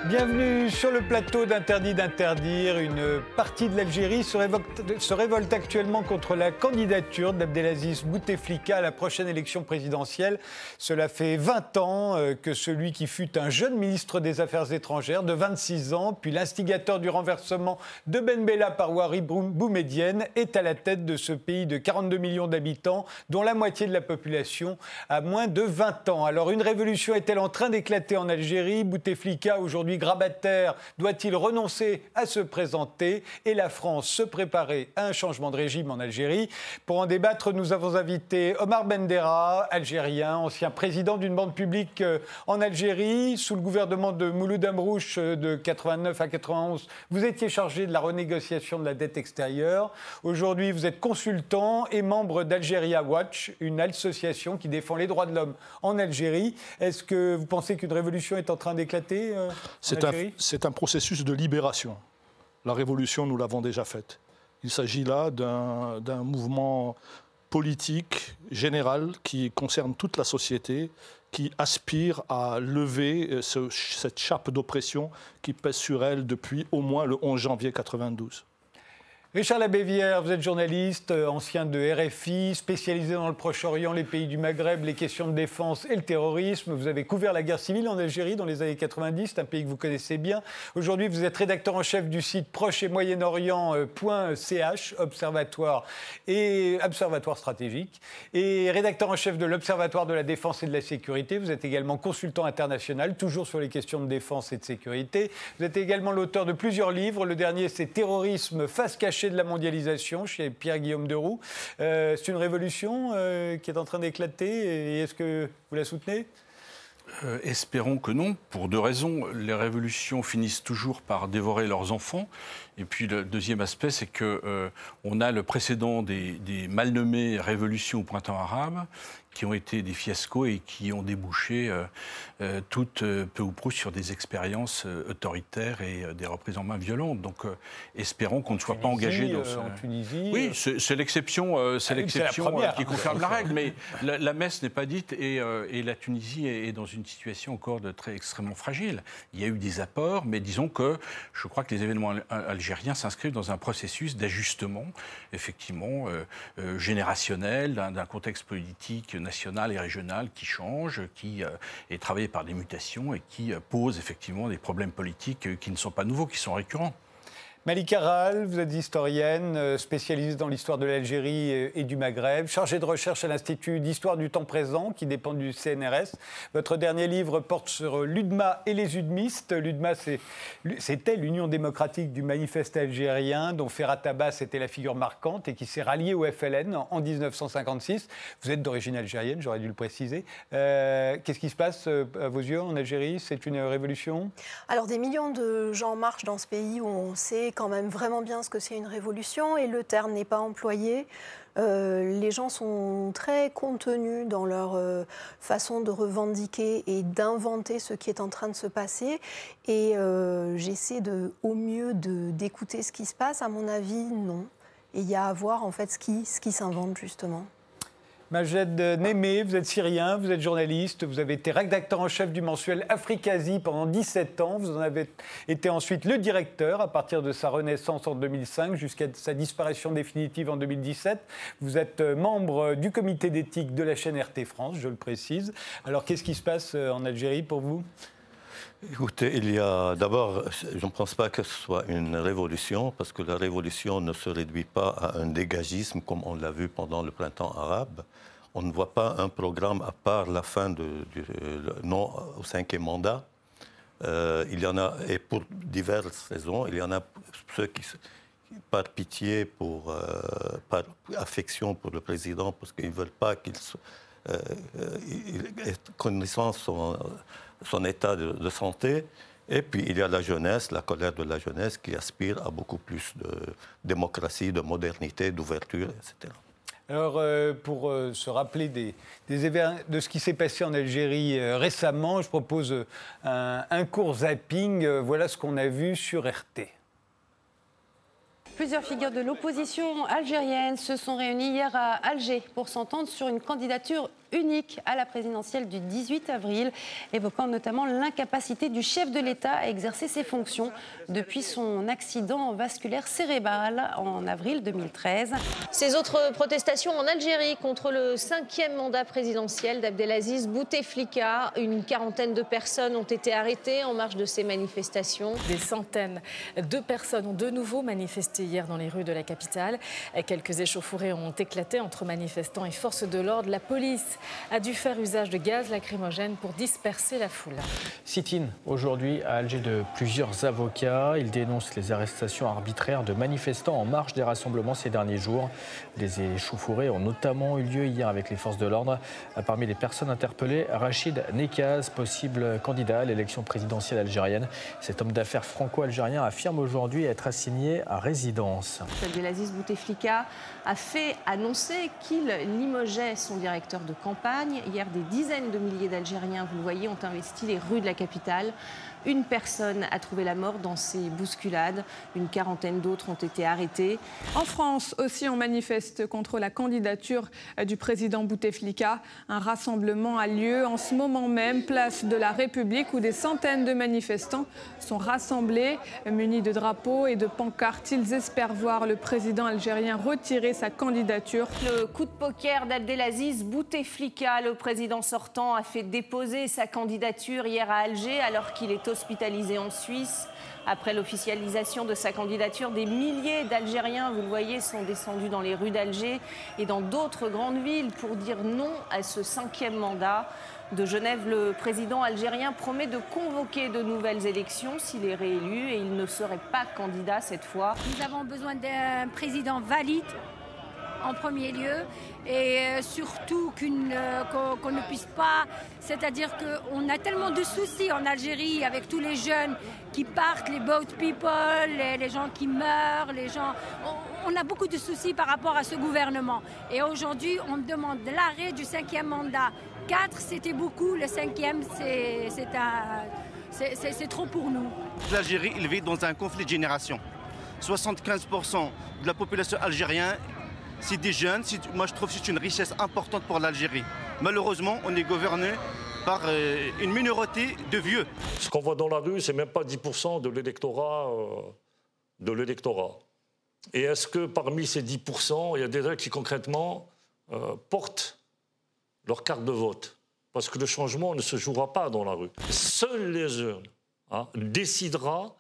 Bienvenue sur le plateau d'Interdit d'interdire. Une partie de l'Algérie se révolte actuellement contre la candidature d'Abdelaziz Bouteflika à la prochaine élection présidentielle. Cela fait 20 ans que celui qui fut un jeune ministre des Affaires étrangères de 26 ans, puis l'instigateur du renversement de Ben Bella par Ouari Boumedienne, est à la tête de ce pays de 42 millions d'habitants, dont la moitié de la population a moins de 20 ans. Alors une révolution est-elle en train d'éclater en Algérie ? Bouteflika, aujourd'hui grabataire, doit-il renoncer à se présenter et la France se préparer à un changement de régime en Algérie? Pour en débattre, nous avons invité Omar Bendera, algérien, ancien président d'une banque publique en Algérie, sous le gouvernement de Mouloud Amrouche de 89 à 91. Vous étiez chargé de la renégociation de la dette extérieure. Aujourd'hui, vous êtes consultant et membre d'Algeria Watch, une association qui défend les droits de l'homme en Algérie. Est-ce que vous pensez qu'une révolution est en train d'éclater C'est un processus de libération. La révolution, nous l'avons déjà faite. Il s'agit là d'un mouvement politique général qui concerne toute la société, qui aspire à lever cette chape d'oppression qui pèse sur elle depuis au moins le 11 janvier 1992. Richard Labévière, vous êtes journaliste, ancien de RFI, spécialisé dans le Proche-Orient, les pays du Maghreb, les questions de défense et le terrorisme. Vous avez couvert la guerre civile en Algérie dans les années 90, c'est un pays que vous connaissez bien. Aujourd'hui, vous êtes rédacteur en chef du site Proche et Moyen-Orient.ch, observatoire stratégique, et rédacteur en chef de l'Observatoire de la défense et de la sécurité. Vous êtes également consultant international, toujours sur les questions de défense et de sécurité. Vous êtes également l'auteur de plusieurs livres. Le dernier, c'est Terrorisme, face cachée de la mondialisation, chez Pierre-Guillaume Deroux. C'est une révolution qui est en train d'éclater. Et est-ce que vous la soutenez ? Espérons que non, pour deux raisons. Les révolutions finissent toujours par dévorer leurs enfants. Et puis le deuxième aspect, c'est qu'on a le précédent des mal nommées révolutions au printemps arabe, qui ont été des fiascos et qui ont débouché toutes peu ou prou sur des expériences autoritaires et des reprises en main violentes. Donc espérons qu'on ne soit pas engagé dans ça. En Tunisie, oui, c'est l'exception, qui confirme la règle, mais la messe n'est pas dite et la Tunisie est dans une situation encore extrêmement fragile. Il y a eu des apports, mais disons que je crois que les événements algériens s'inscrivent dans un processus d'ajustement, effectivement, générationnel, d'un contexte politique national et régional qui change, qui est travaillé par des mutations et qui pose effectivement des problèmes politiques qui ne sont pas nouveaux, qui sont récurrents. Malika Ral, vous êtes historienne, spécialisée dans l'histoire de l'Algérie et du Maghreb, chargée de recherche à l'Institut d'histoire du temps présent, qui dépend du CNRS. Votre dernier livre porte sur l'UDMA et les udmistes. L'UDMA, c'était l'Union démocratique du manifeste algérien, dont Ferhat Abbas était la figure marquante et qui s'est rallié au FLN en 1956. Vous êtes d'origine algérienne, j'aurais dû le préciser. Qu'est-ce qui se passe à vos yeux en Algérie ? C'est une révolution ? Alors, des millions de gens marchent dans ce pays où on sait quand même vraiment bien ce que c'est une révolution et le terme n'est pas employé. Les gens sont très contenus dans leur façon de revendiquer et d'inventer ce qui est en train de se passer. Et j'essaie au mieux d'écouter ce qui se passe. À mon avis, non. Et il y a à voir en fait ce qui s'invente justement. Majed Némé, vous êtes syrien, vous êtes journaliste, vous avez été rédacteur en chef du mensuel Africasie pendant 17 ans. Vous en avez été ensuite le directeur à partir de sa renaissance en 2005 jusqu'à sa disparition définitive en 2017. Vous êtes membre du comité d'éthique de la chaîne RT France, je le précise. Alors qu'est-ce qui se passe en Algérie pour vous ? Écoutez, il y a d'abord, je ne pense pas que ce soit une révolution, parce que la révolution ne se réduit pas à un dégagisme comme on l'a vu pendant le printemps arabe. On ne voit pas un programme à part la fin du non au 5e mandat. Il y en a, et pour diverses raisons, il y en a ceux qui, par pitié, par affection pour le président, parce qu'ils ne veulent pas qu'il ait connaissance son état de santé. Et puis, il y a la jeunesse, la colère de la jeunesse qui aspire à beaucoup plus de démocratie, de modernité, d'ouverture, etc. Alors, pour se rappeler de ce qui s'est passé en Algérie récemment, je propose un court zapping. Voilà ce qu'on a vu sur RT. Plusieurs figures de l'opposition algérienne se sont réunies hier à Alger pour s'entendre sur une candidature unique à la présidentielle du 18 avril, évoquant notamment l'incapacité du chef de l'État à exercer ses fonctions depuis son accident vasculaire cérébral en avril 2013. Ces autres protestations en Algérie contre le 5e mandat présidentiel d'Abdelaziz Bouteflika. Une quarantaine de personnes ont été arrêtées en marge de ces manifestations. Des centaines de personnes ont de nouveau manifesté hier dans les rues de la capitale. Quelques échauffourées ont éclaté entre manifestants et forces de l'ordre. La police a dû faire usage de gaz lacrymogène pour disperser la foule. Sit-in aujourd'hui à Alger de plusieurs avocats. Ils dénoncent les arrestations arbitraires de manifestants en marge des rassemblements ces derniers jours. Les échauffourées ont notamment eu lieu hier avec les forces de l'ordre. Parmi les personnes interpellées, Rachid Nekaz, possible candidat à l'élection présidentielle algérienne. Cet homme d'affaires franco-algérien affirme aujourd'hui être assigné à résidence. Abdelaziz Bouteflika a fait annoncer qu'il limogeait son directeur de campagne. Hier, des dizaines de milliers d'Algériens, vous le voyez, ont investi les rues de la capitale. Une personne a trouvé la mort dans ces bousculades. Une quarantaine d'autres ont été arrêtés. En France aussi, on manifeste contre la candidature du président Bouteflika. Un rassemblement a lieu en ce moment même, place de la République, où des centaines de manifestants sont rassemblés, munis de drapeaux et de pancartes. Ils espèrent voir le président algérien retirer sa candidature. Le coup de poker d'Abdelaziz Bouteflika, le président sortant, a fait déposer sa candidature hier à Alger alors qu'il est hospitalisé en Suisse. Après l'officialisation de sa candidature, des milliers d'Algériens, vous le voyez, sont descendus dans les rues d'Alger et dans d'autres grandes villes pour dire non à ce 5e mandat. De Genève, le président algérien promet de convoquer de nouvelles élections s'il est réélu et il ne serait pas candidat cette fois. Nous avons besoin d'un président valide en premier lieu et surtout qu'on ne puisse pas, c'est-à-dire qu'on a tellement de soucis en Algérie avec tous les jeunes qui partent, les boat people, les gens qui meurent, les gens... On a beaucoup de soucis par rapport à ce gouvernement et aujourd'hui on demande l'arrêt du 5e mandat. 4 c'était beaucoup, le 5e c'est trop pour nous. L'Algérie il vit dans un conflit de génération. 75% de la population algérienne c'est des jeunes, moi je trouve que c'est une richesse importante pour l'Algérie. Malheureusement, on est gouverné par une minorité de vieux. Ce qu'on voit dans la rue, c'est même pas 10% de l'électorat. Et est-ce que parmi ces 10%, il y a des gens qui concrètement portent leur carte de vote? Parce que le changement ne se jouera pas dans la rue. Seuls les jeunes décidera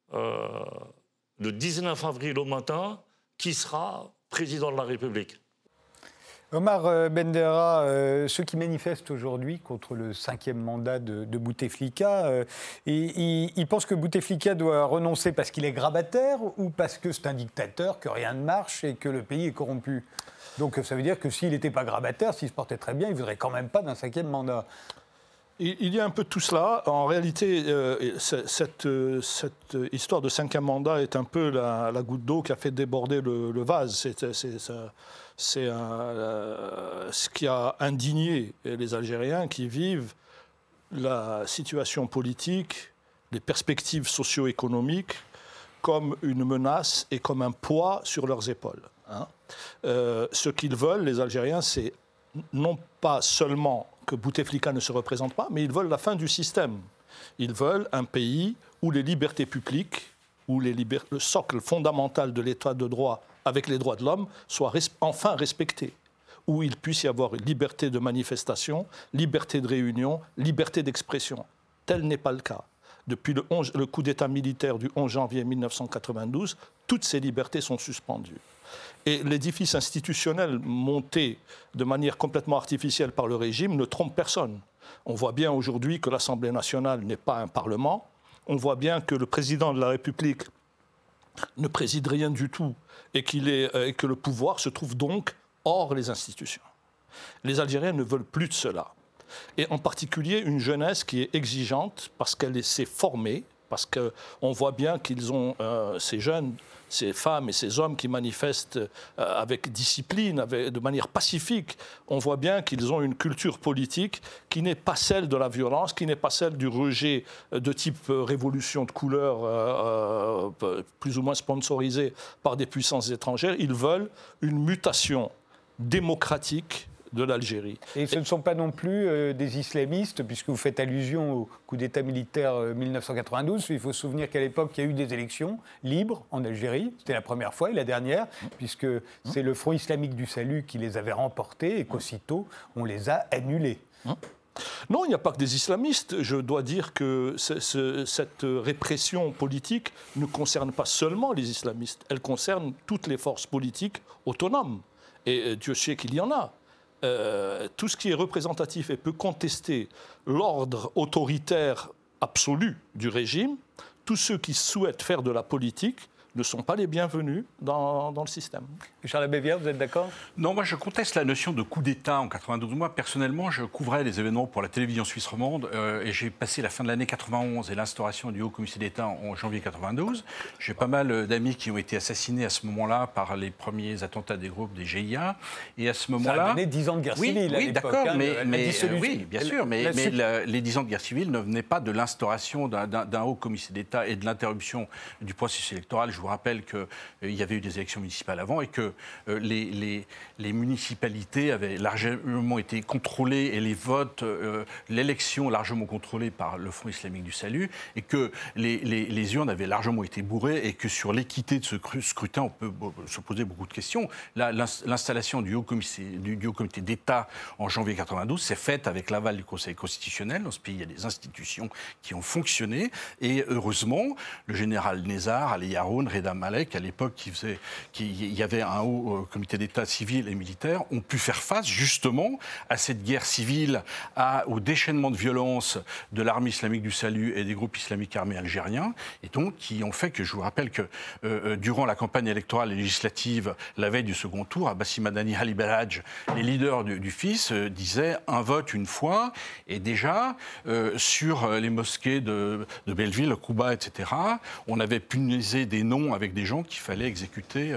le 19 avril au matin qui sera président de la République. Omar Bendera, ceux qui manifestent aujourd'hui contre le 5e mandat de Bouteflika, ils pensent que Bouteflika doit renoncer parce qu'il est grabataire ou parce que c'est un dictateur, que rien ne marche et que le pays est corrompu. Donc ça veut dire que s'il n'était pas grabataire, s'il se portait très bien, il ne voudrait quand même pas d'un 5e mandat. Il y a un peu de tout cela. En réalité, cette histoire de 5e mandat est un peu la goutte d'eau qui a fait déborder le vase. C'est ce qui a indigné les Algériens qui vivent la situation politique, les perspectives socio-économiques comme une menace et comme un poids sur leurs épaules. Ce qu'ils veulent, les Algériens, c'est non pas seulement que Bouteflika ne se représente pas, mais ils veulent la fin du système. Ils veulent un pays où les libertés publiques, où le socle fondamental de l'état de droit avec les droits de l'homme soit enfin respecté, où il puisse y avoir une liberté de manifestation, liberté de réunion, liberté d'expression. Tel n'est pas le cas. Depuis le coup d'État militaire du 11 janvier 1992, toutes ces libertés sont suspendues. Et l'édifice institutionnel monté de manière complètement artificielle par le régime ne trompe personne. On voit bien aujourd'hui que l'Assemblée nationale n'est pas un parlement. On voit bien que le président de la République ne préside rien du tout et que le pouvoir se trouve donc hors les institutions. Les Algériens ne veulent plus de cela. Et en particulier une jeunesse qui est exigeante parce qu'elle s'est formée, parce qu'on voit bien qu'ils ont, ces jeunes, ces femmes et ces hommes qui manifestent avec discipline, de manière pacifique, on voit bien qu'ils ont une culture politique qui n'est pas celle de la violence, qui n'est pas celle du rejet de type révolution de couleur plus ou moins sponsorisée par des puissances étrangères. Ils veulent une mutation démocratique de l'Algérie. Et ce ne sont pas non plus des islamistes, puisque vous faites allusion au coup d'État militaire 1992. Il faut se souvenir qu'à l'époque, il y a eu des élections libres en Algérie. C'était la première fois et la dernière, puisque c'est le Front islamique du salut qui les avait remportées et qu'aussitôt, on les a annulées. Non, il n'y a pas que des islamistes. Je dois dire que cette répression politique ne concerne pas seulement les islamistes. Elle concerne toutes les forces politiques autonomes. Et Dieu sait qu'il y en a. Tout ce qui est représentatif et peut contester l'ordre autoritaire absolu du régime, tous ceux qui souhaitent faire de la politique ne sont pas les bienvenus dans le système. Charles Bévière, vous êtes d'accord ? Non, moi je conteste la notion de coup d'État en 92. Moi, personnellement, je couvrais les événements pour la télévision suisse romande et j'ai passé la fin de l'année 91 et l'instauration du Haut Commissaire d'État en janvier 92. J'ai pas mal d'amis qui ont été assassinés à ce moment-là par les premiers attentats des groupes des GIA. Et à ce moment-là... Ça a donné 10 ans de guerre civile à l'époque. D'accord, oui, bien sûr, mais les 10 ans de guerre civile ne venaient pas de l'instauration d'un Haut Commissaire d'État et de l'interruption du processus électoral. Je vous rappelle qu'il y avait eu des élections municipales avant et que les municipalités avaient largement été contrôlées et les votes, l'élection largement contrôlée par le Front islamique du salut et que les urnes avaient largement été bourrées et que sur l'équité de ce scrutin, on peut se poser beaucoup de questions. L'installation du Haut Comité d'État en janvier 92 s'est faite avec l'aval du Conseil constitutionnel. Dans ce pays, il y a des institutions qui ont fonctionné et heureusement, le général Nézar, Ali Haroun, Reda Malek, à l'époque, il y avait un haut comité d'État civil et militaire, ont pu faire face justement à cette guerre civile, au déchaînement de violence de l'armée islamique du salut et des groupes islamiques armés algériens, et donc qui ont fait que, je vous rappelle que durant la campagne électorale et législative, la veille du second tour, Abbassi Madani, Ali Belhadj, les leaders du FIS disaient un vote une fois, et déjà sur les mosquées de Belleville, Kouba, etc., on avait punaisé des noms avec des gens qu'il fallait exécuter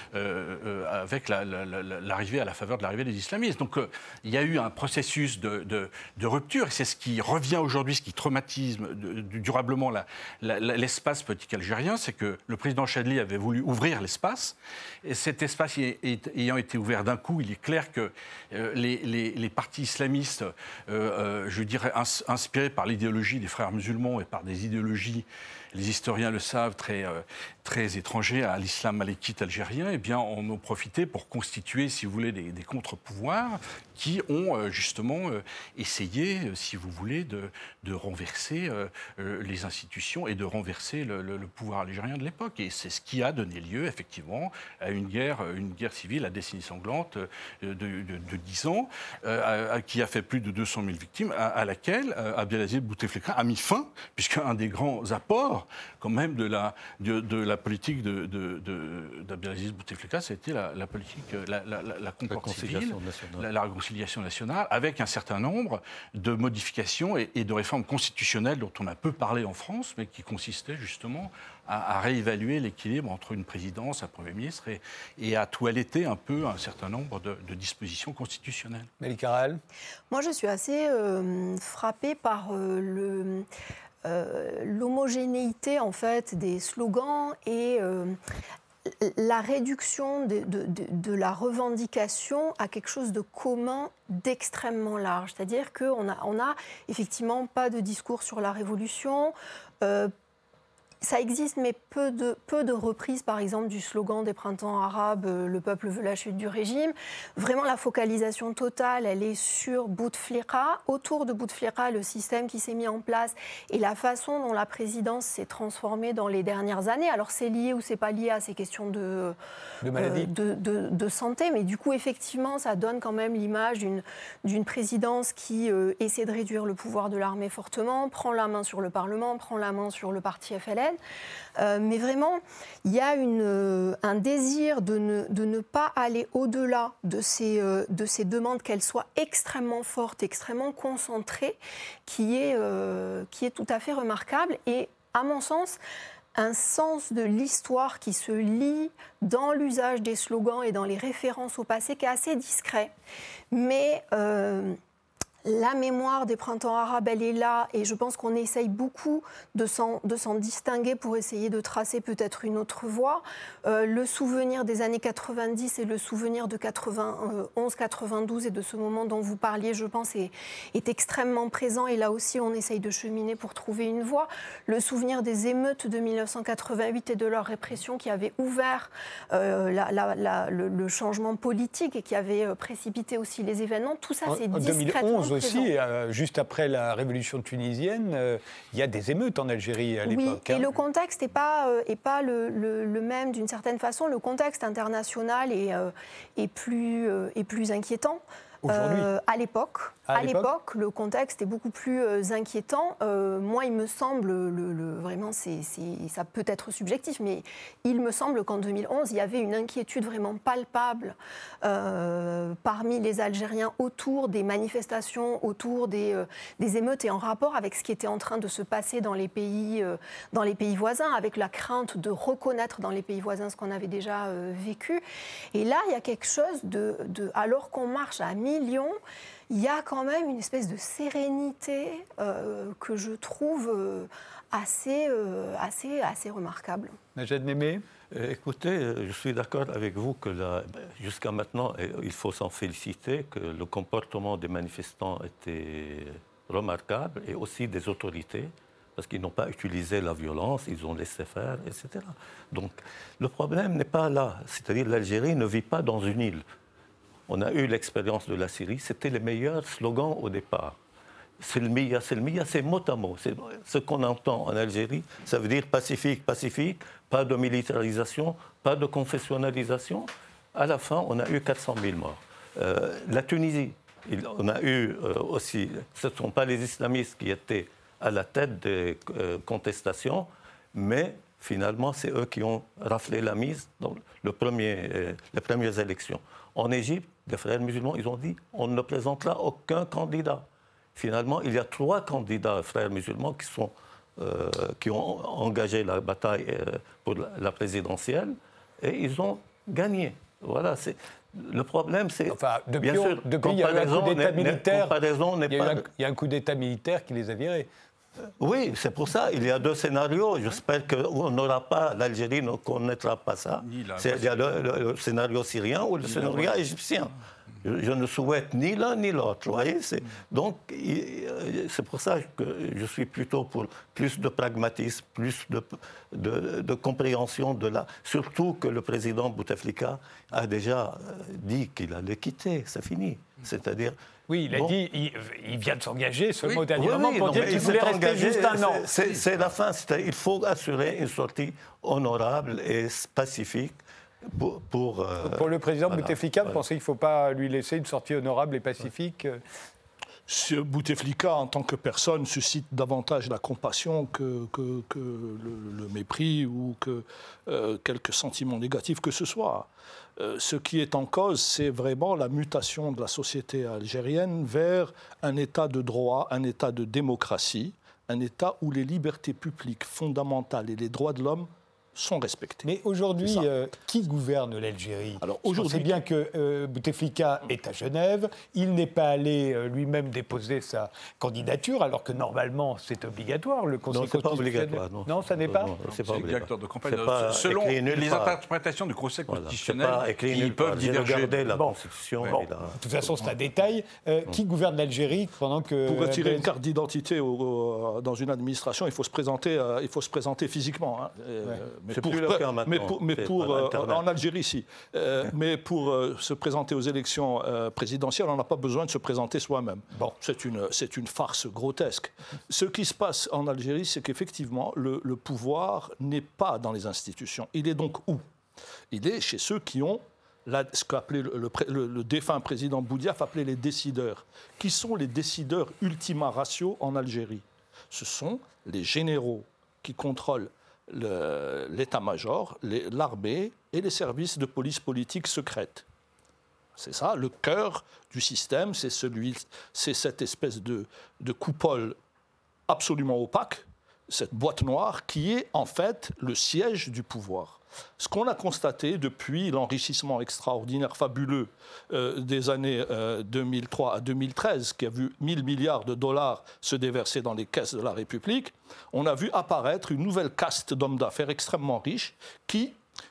avec l'arrivée, à la faveur de l'arrivée des islamistes. Donc il y a eu un processus de rupture, et c'est ce qui revient aujourd'hui, ce qui traumatise durablement l'espace politique algérien, c'est que le président Chadli avait voulu ouvrir l'espace, et cet espace ayant été ouvert d'un coup, il est clair que les partis islamistes, je dirais inspirés par l'idéologie des frères musulmans et par des idéologies, les historiens le savent, très étrangers à l'islam malékite algérien, eh bien, en ont profité pour constituer, si vous voulez, des contre-pouvoirs qui ont justement essayé, si vous voulez, de renverser les institutions et de renverser le pouvoir algérien de l'époque. Et c'est ce qui a donné lieu, effectivement, à une guerre civile à décennie sanglante de 10 ans, qui a fait plus de 200 000 victimes, à laquelle Abdelaziz Bouteflika a mis fin, puisqu'un des grands apports, quand même, de la politique d'Abdelaziz Bouteflika, c'était la politique, la concorde civile, la réconciliation nationale, avec un certain nombre de modifications et de réformes constitutionnelles dont on a peu parlé en France, mais qui consistaient justement à réévaluer l'équilibre entre une présidence, un Premier ministre, et à toiletter un peu un certain nombre de dispositions constitutionnelles. Malika Rall. Moi, je suis assez frappée par l'homogénéité en fait des slogans et la réduction de la revendication à quelque chose de commun, d'extrêmement large. C'est-à-dire qu'on n'a effectivement pas de discours sur la révolution. Ça existe, mais peu de reprises, par exemple, du slogan des printemps arabes, le peuple veut la chute du régime. Vraiment, la focalisation totale, elle est sur Bouteflika. Autour de Bouteflika, le système qui s'est mis en place et la façon dont la présidence s'est transformée dans les dernières années. Alors, c'est lié ou c'est pas lié à ces questions de maladie, de santé, mais du coup, effectivement, ça donne quand même l'image d'une présidence qui essaie de réduire le pouvoir de l'armée fortement, prend la main sur le Parlement, prend la main sur le parti FLN. Mais vraiment, il y a un désir de ne pas aller au-delà de ces demandes, qu'elles soient extrêmement fortes, extrêmement concentrées, qui est tout à fait remarquable. Et à mon sens, un sens de l'histoire qui se lie dans l'usage des slogans et dans les références au passé qui est assez discret. Mais la mémoire des printemps arabes, elle est là, et je pense qu'on essaye beaucoup de s'en distinguer pour essayer de tracer peut-être une autre voie. Le souvenir des années 90 et le souvenir de 91-92 et de ce moment dont vous parliez, je pense, est extrêmement présent, et là aussi on essaye de cheminer pour trouver une voie. Le souvenir des émeutes de 1988 et de leur répression qui avait ouvert le changement politique et qui avait précipité aussi les événements, tout ça c'est discrètement présent. Aussi, juste après la révolution tunisienne, il y a des émeutes en Algérie à l'époque. Oui, et le contexte n'est pas le même d'une certaine façon. Le contexte international est plus inquiétant. À l'époque, le contexte est beaucoup plus inquiétant. Moi, il me semble, vraiment, ça peut être subjectif, mais il me semble qu'en 2011, il y avait une inquiétude vraiment palpable parmi les Algériens autour des manifestations, autour des émeutes et en rapport avec ce qui était en train de se passer dans les pays voisins, avec la crainte de reconnaître dans les pays voisins ce qu'on avait déjà vécu. Et là, il y a quelque chose alors qu'on marche à millions, il y a quand même une espèce de sérénité que je trouve assez remarquable. Najat Némé ? Écoutez, je suis d'accord avec vous que jusqu'à maintenant, il faut s'en féliciter, que le comportement des manifestants était remarquable, et aussi des autorités, parce qu'ils n'ont pas utilisé la violence, ils ont laissé faire, etc. Donc le problème n'est pas là, c'est-à-dire l'Algérie ne vit pas dans une île. On a eu l'expérience de la Syrie, c'était les meilleurs slogans au départ. C'est le MIA, c'est mot à mot. C'est ce qu'on entend en Algérie, ça veut dire pacifique, pacifique, pas de militarisation, pas de confessionnalisation. À la fin, on a eu 400 000 morts. La Tunisie, on a eu aussi, ce ne sont pas les islamistes qui étaient à la tête des contestations, mais finalement, c'est eux qui ont raflé la mise dans les premières élections. En Égypte, les frères musulmans, ils ont dit on ne présentera aucun candidat. Finalement, il y a 3 candidats frères musulmans qui ont engagé la bataille pour la présidentielle et ils ont gagné. Voilà, le problème, c'est... Enfin, depuis, il y a eu un coup d'État militaire. Il y a un coup d'État militaire qui les a virés. Oui, c'est pour ça. Il y a 2 scénarios. J'espère qu'on n'aura pas, l'Algérie ne connaîtra pas ça. Il y a le scénario syrien ou le scénario égyptien. Je ne souhaite ni l'un ni l'autre. Donc, c'est pour ça que je suis plutôt pour plus de pragmatisme, plus de compréhension surtout que le président Bouteflika a déjà dit qu'il allait quitter. C'est fini. C'est-à-dire... Oui, il a dit, il vient de s'engager seulement au dernier moment pour dire qu'il voulait rester juste un an. C'est la fin. Il faut assurer une sortie honorable et pacifique. Pour le président Bouteflika, vous pensez qu'il ne faut pas lui laisser une sortie honorable et pacifique ? Bouteflika, en tant que personne, suscite davantage la compassion que le mépris ou que quelques sentiments négatifs que ce soit. Ce qui est en cause, c'est vraiment la mutation de la société algérienne vers un état de droit, un état de démocratie, un état où les libertés publiques fondamentales et les droits de l'homme sont respectés. Mais aujourd'hui, qui gouverne l'Algérie ? Alors aujourd'hui, c'est bien que Bouteflika est à Genève. Il n'est pas allé lui-même déposer sa candidature, alors que normalement c'est obligatoire. Le Conseil constitutionnel. Pas obligatoire. Non, ça n'est pas. Non, c'est pas obligatoire. Directeur de campagne. Selon les interprétations du Conseil constitutionnel, ils peuvent diverger. La Constitution. De toute façon, c'est un détail. Qui gouverne l'Algérie pendant que pour retirer une carte d'identité dans une administration, il faut se présenter physiquement. C'est plus le cas maintenant. En Algérie, si. Mais pour se présenter aux élections présidentielles, on n'a pas besoin de se présenter soi-même. Bon, c'est une farce grotesque. Ce qui se passe en Algérie, c'est qu'effectivement, le pouvoir n'est pas dans les institutions. Il est donc où ? Il est chez ceux qui ont ce qu'appelait le défunt président Boudiaf appelait les décideurs. Qui sont les décideurs ultima ratio en Algérie ? Ce sont les généraux qui contrôlent l'état-major, l'armée et les services de police politique secrète. C'est ça, le cœur du système, c'est cette espèce de coupole absolument opaque cette boîte noire qui est en fait le siège du pouvoir. Ce qu'on a constaté depuis l'enrichissement extraordinaire, fabuleux des années 2003 à 2013, qui a vu 1 000 milliards de dollars se déverser dans les caisses de la République, on a vu apparaître une nouvelle caste d'hommes d'affaires extrêmement riches qui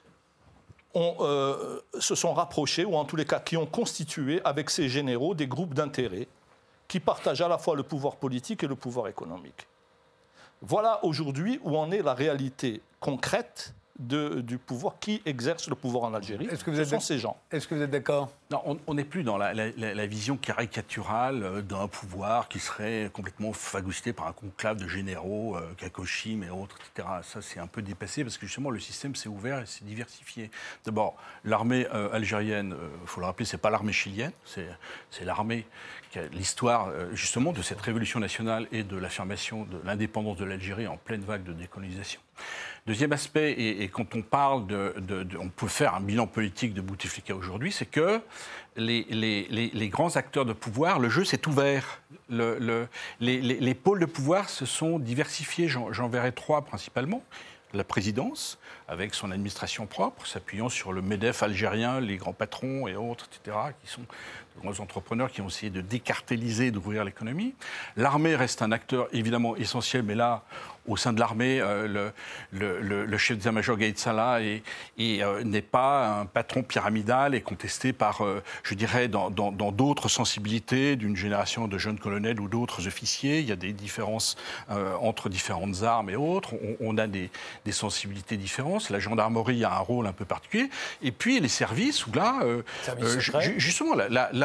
se sont rapprochés, ou en tous les cas qui ont constitué avec ces généraux des groupes d'intérêt qui partagent à la fois le pouvoir politique et le pouvoir économique. Voilà aujourd'hui où en est la réalité concrète du pouvoir, qui exerce le pouvoir en Algérie. Ce sont ces gens. Est-ce que vous êtes d'accord ? Non, on n'est plus dans la vision caricaturale d'un pouvoir qui serait complètement phagocyté par un conclave de généraux, Kakoshim et autres, etc. Ça, c'est un peu dépassé parce que justement, le système s'est ouvert et s'est diversifié. D'abord, l'armée algérienne, il faut le rappeler, ce n'est pas l'armée chilienne, c'est l'armée qui a l'histoire justement de cette révolution nationale et de l'affirmation de l'indépendance de l'Algérie en pleine vague de décolonisation. Deuxième aspect, et quand on parle on peut faire un bilan politique de Bouteflika aujourd'hui, c'est que les grands acteurs de pouvoir, le jeu s'est ouvert. Les pôles de pouvoir se sont diversifiés. J'en verrai 3 principalement. La présidence, avec son administration propre, s'appuyant sur le MEDEF algérien, les grands patrons et autres, etc., qui sont de grands entrepreneurs qui ont essayé de décartéliser, d'ouvrir l'économie. L'armée reste un acteur évidemment essentiel, mais là, au sein de l'armée, le chef d'état-major Gaïd Salah n'est pas un patron pyramidal et contesté par, je dirais, dans d'autres sensibilités d'une génération de jeunes colonels ou d'autres officiers. Il y a des différences entre différentes armes et autres. On a des sensibilités différentes. La gendarmerie a un rôle un peu particulier. Et puis les services, où là, justement,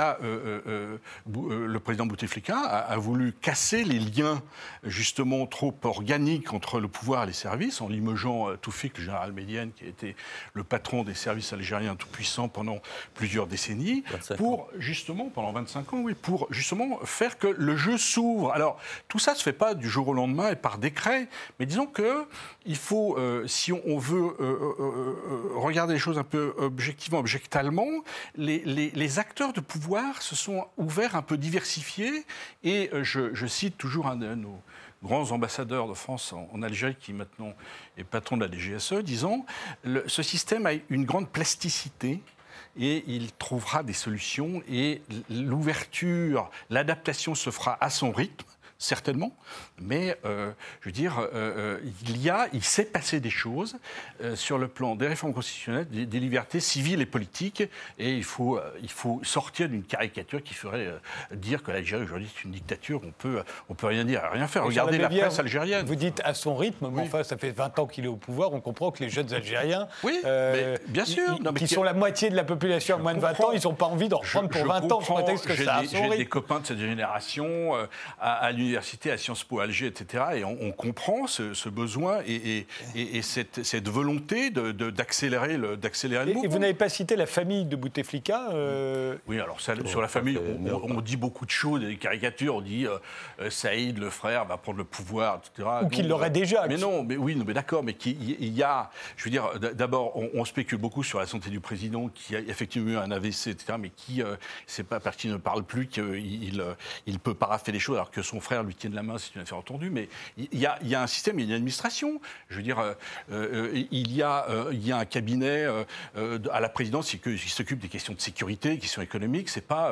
le président Bouteflika a voulu casser les liens, justement, trop organiques entre le pouvoir et les services, en limogeant Toufik, le général Médiane, qui a été le patron des services algériens tout-puissants pendant plusieurs décennies, pendant 25 ans, oui, pour justement faire que le jeu s'ouvre. Alors, tout ça ne se fait pas du jour au lendemain et par décret, mais disons qu'il faut, si on veut regarder les choses un peu objectivement, les acteurs de pouvoir se sont ouverts, un peu diversifiés, et je cite toujours un de nos grands ambassadeurs de France en Algérie, qui maintenant est patron de la DGSE, disant « Ce système a une grande plasticité et il trouvera des solutions et l'ouverture, l'adaptation se fera à son rythme. » Certainement, mais je veux dire, il s'est passé des choses sur le plan des réformes constitutionnelles, des libertés civiles et politiques, et il faut sortir d'une caricature qui ferait dire que l'Algérie aujourd'hui est une dictature. On peut rien dire, rien faire. Regardez la presse algérienne. Vous dites à son rythme, mais enfin, ça fait 20 ans qu'il est au pouvoir. On comprend que les jeunes Algériens, mais bien sûr, qui sont la moitié de la population à moins de 20 ans, ils n'ont pas envie d'en reprendre pour 20 ans. Je prétexte que ça a son rythme. J'ai des copains de cette génération à l'université, à Sciences Po Alger, etc. Et on comprend ce besoin et cette volonté d'accélérer le mouvement. Et vous n'avez pas cité la famille de Bouteflika Oui, alors sur la famille, on dit beaucoup de choses, des caricatures. On dit Saïd, le frère, va prendre le pouvoir, etc. Ou qu'il l'aurait déjà. Mais non, mais d'accord, mais il y a... Je veux dire, d'abord, on spécule beaucoup sur la santé du président, qui a effectivement eu un AVC, etc., mais c'est pas parce qu'il ne parle plus qu'il peut paraffer les choses, alors que son frère lui tienne la main, c'est une affaire entendue, mais il y a un système, il y a une administration. Je veux dire, il y a un cabinet à la présidence qui s'occupe des questions de sécurité, des questions économiques. C'est pas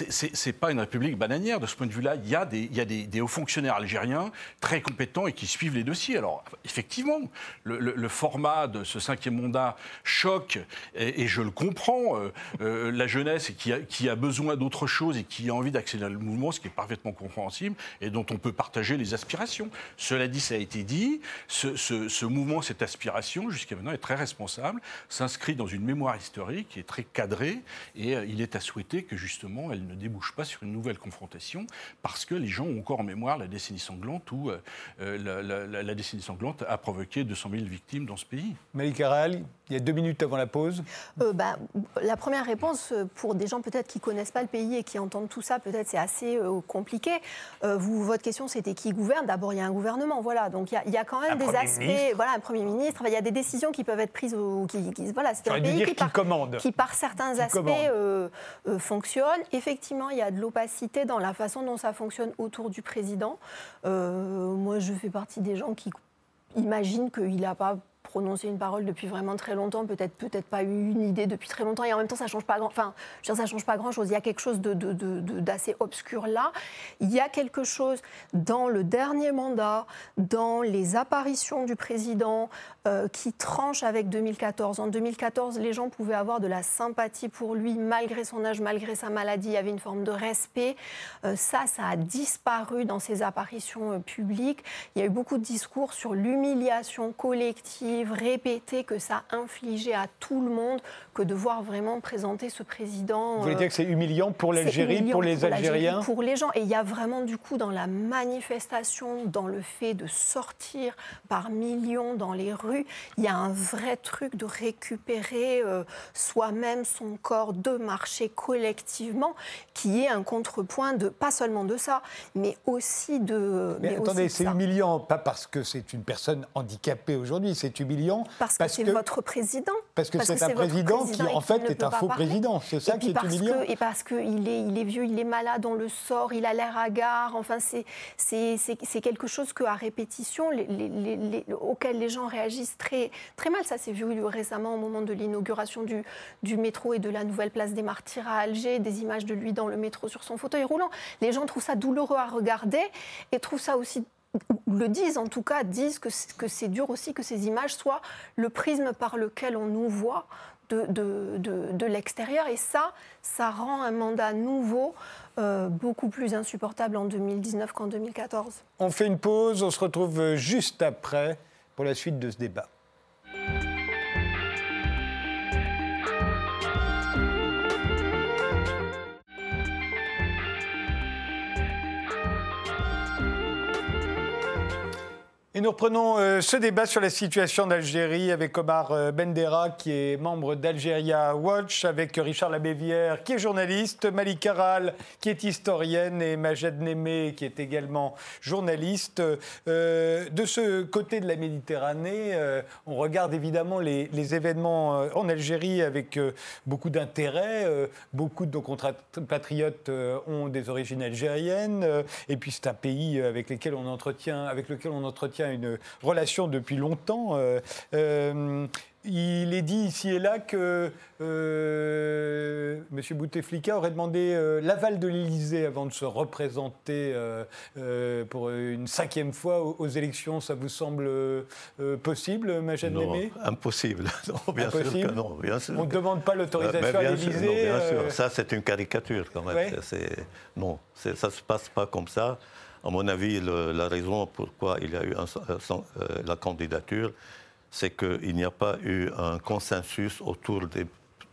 une république bananière. De ce point de vue-là, il y a des hauts fonctionnaires algériens très compétents et qui suivent les dossiers. Alors, effectivement, le format de ce 5e mandat choque, et je le comprends, la jeunesse qui a besoin d'autre chose et qui a envie d'accélérer le mouvement, ce qui est parfaitement compréhensible, et dont on peut partager les aspirations. Cela dit, ça a été dit, ce mouvement, cette aspiration, jusqu'à maintenant, est très responsable, s'inscrit dans une mémoire historique, qui est très cadrée, et il est à souhaiter que, justement, elle ne débouche pas sur une nouvelle confrontation, parce que les gens ont encore en mémoire la décennie sanglante, où la décennie sanglante a provoqué 200 000 victimes dans ce pays. Malika Ra'al, Il y a 2 minutes avant la pause. La première réponse, pour des gens peut-être qui ne connaissent pas le pays et qui entendent tout ça, peut-être c'est assez compliqué. Votre question, c'était qui gouverne? D'abord, il y a un gouvernement, voilà. Donc il y a quand même des aspects, voilà, un Premier ministre. Il y a des décisions qui peuvent être prises, voilà, c'est un pays qui par certains aspects fonctionne. Effectivement, il y a de l'opacité dans la façon dont ça fonctionne autour du président. Moi, je fais partie des gens qui imaginent qu'il n'a pas prononcé une parole depuis vraiment très longtemps, peut-être pas eu une idée depuis très longtemps, et en même temps ça change pas ça change pas grand-chose. Il y a quelque chose d'assez obscur là. Il y a quelque chose dans le dernier mandat, dans les apparitions du président qui tranche avec 2014. En 2014, les gens pouvaient avoir de la sympathie pour lui malgré son âge, malgré sa maladie. Il y avait une forme de respect. Ça a disparu dans ses apparitions publiques. Il y a eu beaucoup de discours sur l'humiliation collective répéter que ça infligeait à tout le monde que de voir vraiment présenter ce président. Vous voulez dire que c'est humiliant pour l'Algérie, pour les Algériens? Pour les gens. Et il y a vraiment du coup dans la manifestation, dans le fait de sortir par millions dans les rues, il y a un vrai truc de récupérer soi-même son corps, de marcher collectivement, qui est un contrepoint de, pas seulement de ça, mais aussi de... Mais attendez, c'est humiliant, pas parce que c'est une personne handicapée aujourd'hui, c'est humiliant parce que c'est votre président. Parce que c'est un président qui, en fait, est un faux président. C'est ça qui est humiliant. Et parce qu'il est vieux, il est malade, on le sort, il a l'air hagard. Enfin, c'est quelque chose qu'à répétition, auquel les gens réagissent très, très mal. Ça s'est vu récemment au moment de l'inauguration du métro et de la nouvelle place des Martyrs à Alger, des images de lui dans le métro sur son fauteuil roulant. Les gens trouvent ça douloureux à regarder et trouvent ça aussi... le disent en tout cas, disent que c'est dur aussi que ces images soient le prisme par lequel on nous voit de l'extérieur. Et ça rend un mandat nouveau beaucoup plus insupportable en 2019 qu'en 2014. On fait une pause, on se retrouve juste après pour la suite de ce débat. Et nous reprenons ce débat sur la situation d'Algérie avec Omar Bendera, qui est membre d'Algeria Watch, avec Richard Labévière, qui est journaliste, Malika Ral, qui est historienne, et Majed Némé, qui est également journaliste. De ce côté de la Méditerranée, on regarde évidemment les événements en Algérie avec beaucoup d'intérêt. Beaucoup de nos compatriotes ont des origines algériennes. Et puis c'est un pays avec lequel on entretient une relation depuis longtemps. Il est dit ici et là que M. Bouteflika aurait demandé l'aval de l'Élysée avant de se représenter pour une 5e fois aux élections. Ça vous semble possible, Majed Némé ? Impossible. Non, bien sûr que non. Bien sûr. On ne demande pas l'autorisation à l'Élysée. Bien sûr. Ça, c'est une caricature quand même. Ouais. Ça ne se passe pas comme ça. À mon avis, la raison pourquoi il y a eu la candidature, c'est qu'il n'y a pas eu un consensus autour des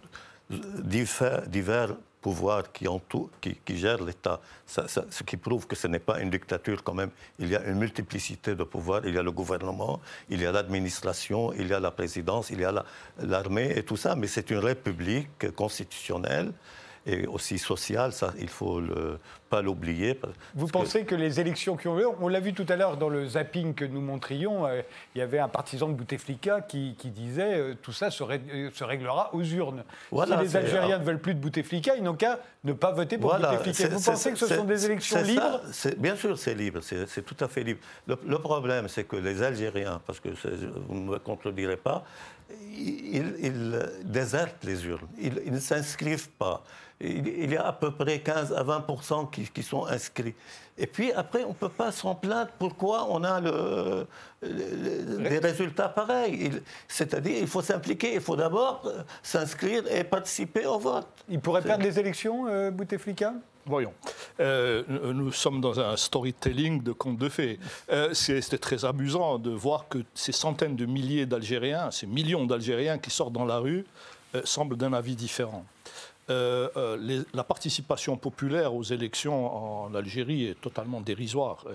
divers pouvoirs qui gèrent l'État. Ce qui prouve que ce n'est pas une dictature quand même. Il y a une multiplicité de pouvoirs. Il y a le gouvernement, il y a l'administration, il y a la présidence, il y a l'armée et tout ça. Mais c'est une république constitutionnelle et aussi sociale, ça, il ne faut pas l'oublier. Vous pensez que les élections qui ont lieu, on l'a vu tout à l'heure dans le zapping que nous montrions, il y avait un partisan de Bouteflika qui disait tout ça se réglera aux urnes. Voilà, si les Algériens ne veulent plus de Bouteflika, ils n'ont qu'à ne pas voter pour Bouteflika. Vous pensez que ce sont des élections libres ? Bien sûr, c'est libre, c'est tout à fait libre. Le problème, c'est que les Algériens, parce que vous ne me contredirez pas, ils désertent les urnes, ils ne s'inscrivent pas. Il y a à peu près 15 à 20% qui sont inscrits. Et puis après, on ne peut pas s'en plaindre pourquoi on a des résultats pareils. C'est-à-dire qu'il faut s'impliquer, il faut d'abord s'inscrire et participer au vote. Il pourrait perdre les élections, Bouteflika ? Voyons. Nous sommes dans un storytelling de contes de fées. C'est très amusant de voir que ces centaines de milliers d'Algériens, ces millions d'Algériens qui sortent dans la rue, semblent d'un avis différent. La participation populaire aux élections en Algérie est totalement dérisoire.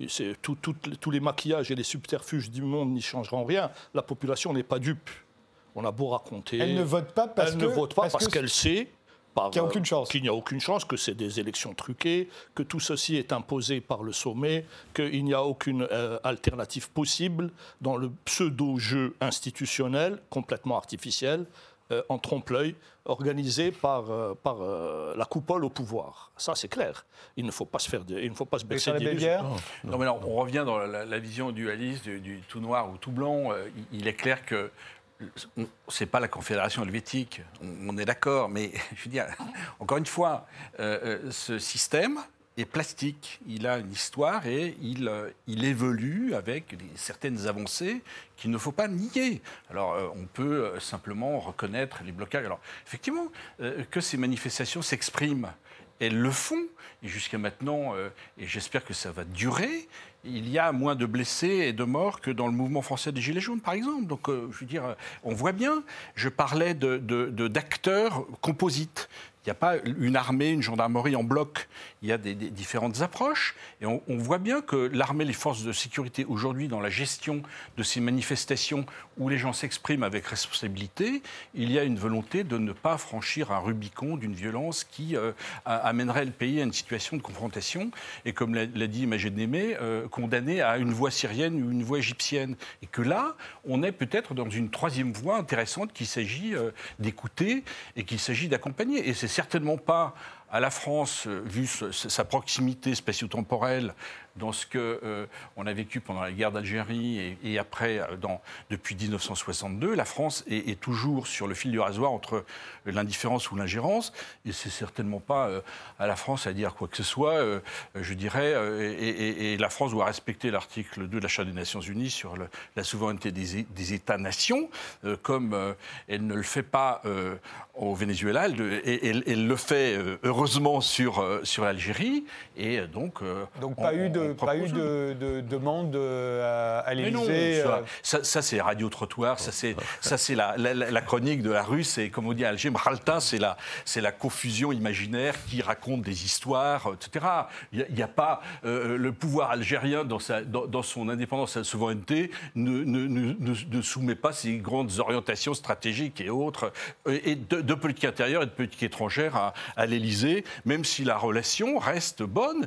Tous les maquillages et les subterfuges du monde n'y changeront rien. La population n'est pas dupe. On a beau raconter... Elle ne vote pas parce qu'elle sait... qu'il n'y a aucune chance. Qu'il n'y a aucune chance, que c'est des élections truquées, que tout ceci est imposé par le sommet, qu'il n'y a aucune alternative possible dans le pseudo-jeu institutionnel, complètement artificiel, en trompe-l'œil, organisé par la coupole au pouvoir. Ça, c'est clair. Il ne faut pas se baisser d'illusions. Non, mais alors, on revient dans la vision dualiste du tout noir ou tout blanc. Il est clair que c'est pas la Confédération helvétique, on est d'accord, mais je veux dire, encore une fois, ce système est plastique, il a une histoire et il évolue avec certaines avancées qu'il ne faut pas nier. Alors, on peut simplement reconnaître les blocages. Alors, effectivement, que ces manifestations s'expriment, elles le font, et jusqu'à maintenant, et j'espère que ça va durer, il y a moins de blessés et de morts que dans le mouvement français des Gilets jaunes, par exemple. Donc, je veux dire, on voit bien, je parlais d'acteurs composites. Il n'y a pas une armée, une gendarmerie en bloc. Il y a des différentes approches. Et on voit bien que l'armée, les forces de sécurité, aujourd'hui, dans la gestion de ces manifestations où les gens s'expriment avec responsabilité, il y a une volonté de ne pas franchir un Rubicon d'une violence qui amènerait le pays à une situation de confrontation. Et comme l'a dit Majed Némé, condamné à une voie syrienne ou une voie égyptienne. Et que là, on est peut-être dans une troisième voie intéressante qu'il s'agit d'écouter et qu'il s'agit d'accompagner. Et c'est certainement pas à la France, vu sa proximité spatio-temporelle, dans ce qu'on a vécu pendant la guerre d'Algérie et après, depuis 1962, la France est toujours sur le fil du rasoir entre l'indifférence ou l'ingérence. Et c'est certainement pas à la France à dire quoi que ce soit, je dirais. Et la France doit respecter l'article 2 de la Charte des Nations Unies sur la souveraineté des États-nations, comme elle ne le fait pas au Venezuela. Elle le fait heureusement sur l'Algérie. Et donc pas eu de demande à l'Élysée. Ça c'est radio-trottoir, ça c'est la chronique de la rue, c'est comme on dit à Alger, Mkhalta, c'est la confusion imaginaire qui raconte des histoires, etc. Il n'y a pas le pouvoir algérien dans son indépendance et sa souveraineté ne soumet pas ses grandes orientations stratégiques et autres, et de politique intérieure et de politique étrangère à l'Élysée, même si la relation reste bonne.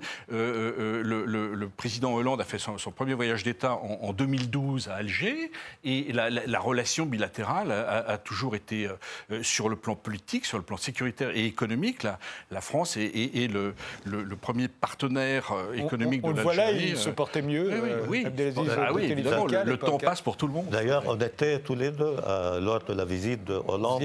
Le président Hollande a fait son premier voyage d'État en 2012 à Alger, et la relation bilatérale a toujours été sur le plan politique, sur le plan sécuritaire et économique. La France est le premier partenaire économique de l'Algérie. On le voit là, il se portait mieux. Oui, évidemment, le temps passe pour tout le monde. D'ailleurs, on était tous les deux lors de la visite de Hollande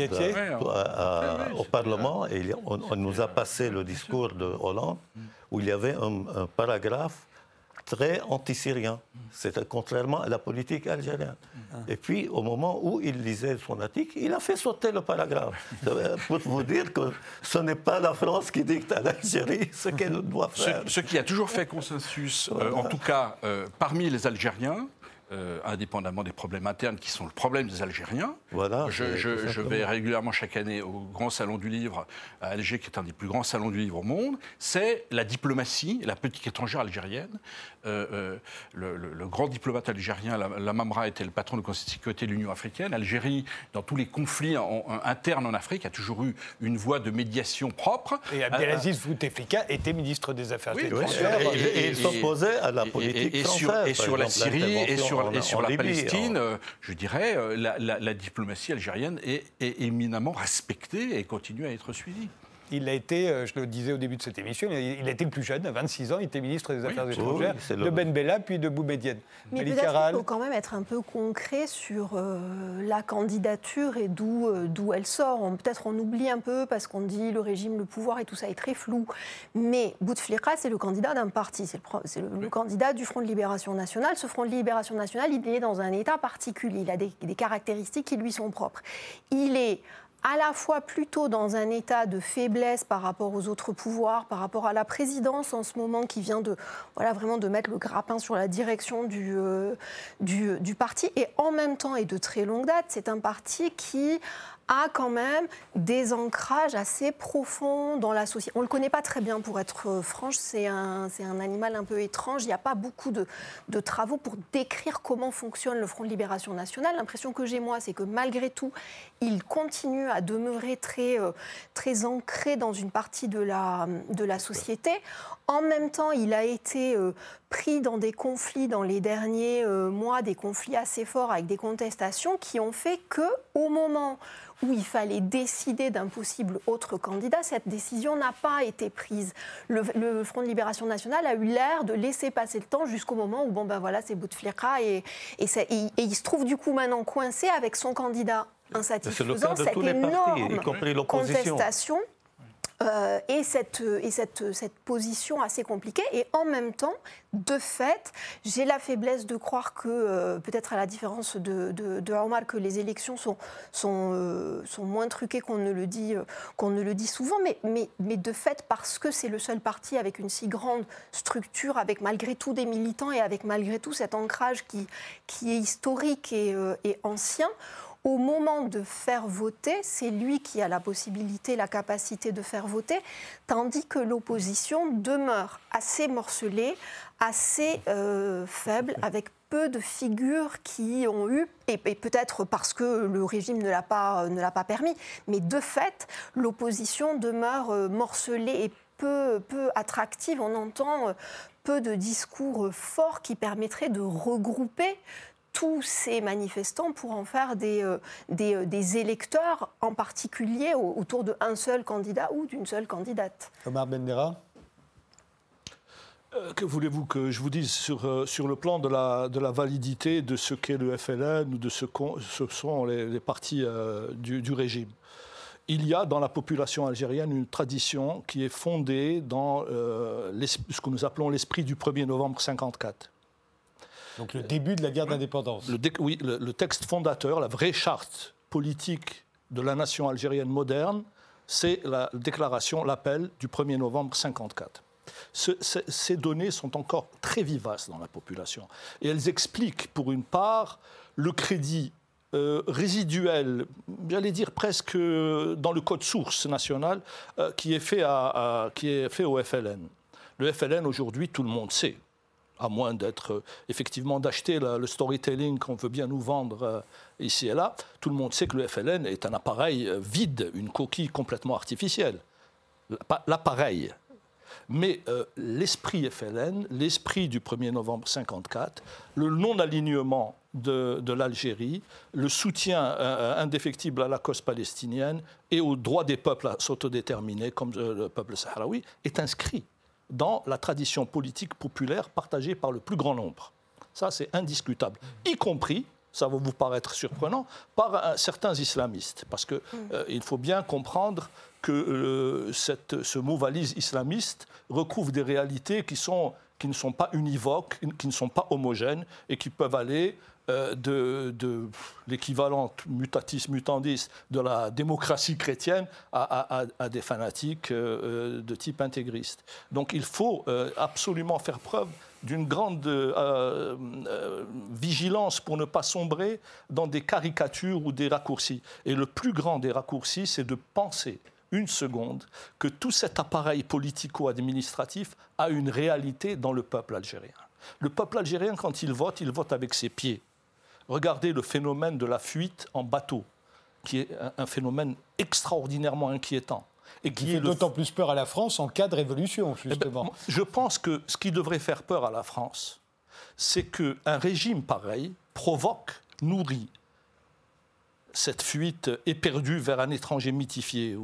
au Parlement, et on nous a passé le discours de Hollande, où il y avait un paragraphe très anti-syrien. C'était contrairement à la politique algérienne. Et puis, au moment où il lisait son article, il a fait sauter le paragraphe. Pour vous dire que ce n'est pas la France qui dicte à l'Algérie ce qu'elle doit faire. Ce qui a toujours fait consensus, en tout cas parmi les Algériens, indépendamment des problèmes internes qui sont le problème des Algériens. Voilà, je vais régulièrement chaque année au Grand Salon du Livre à Alger, qui est un des plus grands salons du livre au monde. C'est la diplomatie, la politique étrangère algérienne. Le grand diplomate algérien, Lamamra, était le patron du Conseil de sécurité de l'Union africaine. L'Algérie, dans tous les conflits internes en Afrique, a toujours eu une voie de médiation propre. Et Abdelaziz Bouteflika était ministre des Affaires étrangères. Et il s'opposait à la politique française. Et sur la Syrie et sur la Palestine, je dirais, la diplomatie algérienne est éminemment respectée et continue à être suivie. Il a été, je le disais au début de cette émission, il a été le plus jeune, à 26 ans, il était ministre des Affaires étrangères de Ben Bella, puis de Boumedienne. Mais peut-être qu'il faut quand même être un peu concret sur la candidature et d'où elle sort. Peut-être on oublie un peu parce qu'on dit le régime, le pouvoir et tout ça est très flou. Mais Bouteflika, c'est le candidat d'un parti, c'est le candidat du Front de Libération Nationale. Ce Front de Libération Nationale, il est dans un état particulier, il a des caractéristiques qui lui sont propres. Il est à la fois plutôt dans un état de faiblesse par rapport aux autres pouvoirs, par rapport à la présidence en ce moment qui vient vraiment de mettre le grappin sur la direction du parti. Et en même temps, et de très longue date, c'est un parti qui a quand même des ancrages assez profonds dans la société. On ne le connaît pas très bien, pour être franche. C'est un animal un peu étrange. Il n'y a pas beaucoup de travaux pour décrire comment fonctionne le Front de Libération Nationale. L'impression que j'ai, moi, c'est que malgré tout, il continue à demeurer très ancré dans une partie de la société. En même temps, il a été pris dans des conflits dans les derniers mois, des conflits assez forts avec des contestations qui ont fait qu'au moment où il fallait décider d'un possible autre candidat, cette décision n'a pas été prise. Le Front de Libération Nationale a eu l'air de laisser passer le temps jusqu'au moment où, c'est Bouteflika et il se trouve du coup maintenant coincé avec son candidat insatisfaisant, cette énorme contestation. Et cette position assez compliquée. Et en même temps, de fait, j'ai la faiblesse de croire que, peut-être à la différence de Omar, que les élections sont moins truquées qu'on ne le dit souvent. Mais de fait, parce que c'est le seul parti avec une si grande structure, avec malgré tout des militants et avec malgré tout cet ancrage qui est historique et ancien, au moment de faire voter, c'est lui qui a la possibilité, la capacité de faire voter, tandis que l'opposition demeure assez morcelée, assez faible, avec peu de figures qui ont eu, et peut-être parce que le régime ne l'a pas permis, mais de fait, l'opposition demeure morcelée et peu attractive. On entend peu de discours forts qui permettraient de regrouper tous ces manifestants pour en faire des électeurs, en particulier autour d'un seul candidat ou d'une seule candidate. Omar Bendera. Que voulez-vous que je vous dise sur le plan de la validité de ce qu'est le FLN ou de ce sont les partis du régime? Il y a dans la population algérienne une tradition qui est fondée dans ce que nous appelons l'esprit du 1er novembre 1954. Donc le début de la guerre d'indépendance. Oui, le texte fondateur, la vraie charte politique de la nation algérienne moderne, c'est la déclaration, l'appel du 1er novembre 1954. Ces données sont encore très vivaces dans la population. Et elles expliquent, pour une part, le crédit résiduel, j'allais dire presque dans le code source national, qui est fait au FLN. Le FLN, aujourd'hui, tout le monde sait, à moins effectivement d'acheter le storytelling qu'on veut bien nous vendre ici et là, tout le monde sait que le FLN est un appareil vide, une coquille complètement artificielle. L'appareil. Mais l'esprit FLN, l'esprit du 1er novembre 1954, le non-alignement de l'Algérie, le soutien indéfectible à la cause palestinienne et au droit des peuples à s'autodéterminer, comme le peuple sahraoui, est inscrit dans la tradition politique populaire partagée par le plus grand nombre. Ça, c'est indiscutable. Y compris, ça va vous paraître surprenant, par certains islamistes. Parce qu'il faut bien comprendre que ce mot valise islamiste recouvre des réalités qui ne sont pas univoques, qui ne sont pas homogènes et qui peuvent aller de l'équivalent mutatis mutandis de la démocratie chrétienne à des fanatiques de type intégriste. Donc il faut absolument faire preuve d'une grande vigilance pour ne pas sombrer dans des caricatures ou des raccourcis. Et le plus grand des raccourcis, c'est de penser une seconde que tout cet appareil politico-administratif a une réalité dans le peuple algérien. Le peuple algérien, quand il vote avec ses pieds. Regardez le phénomène de la fuite en bateau, qui est un phénomène extraordinairement inquiétant. Et qui fait d'autant plus peur à la France en cas de révolution, justement. Je pense que ce qui devrait faire peur à la France, c'est qu'un régime pareil provoque, nourrit cette fuite éperdue vers un étranger mythifié.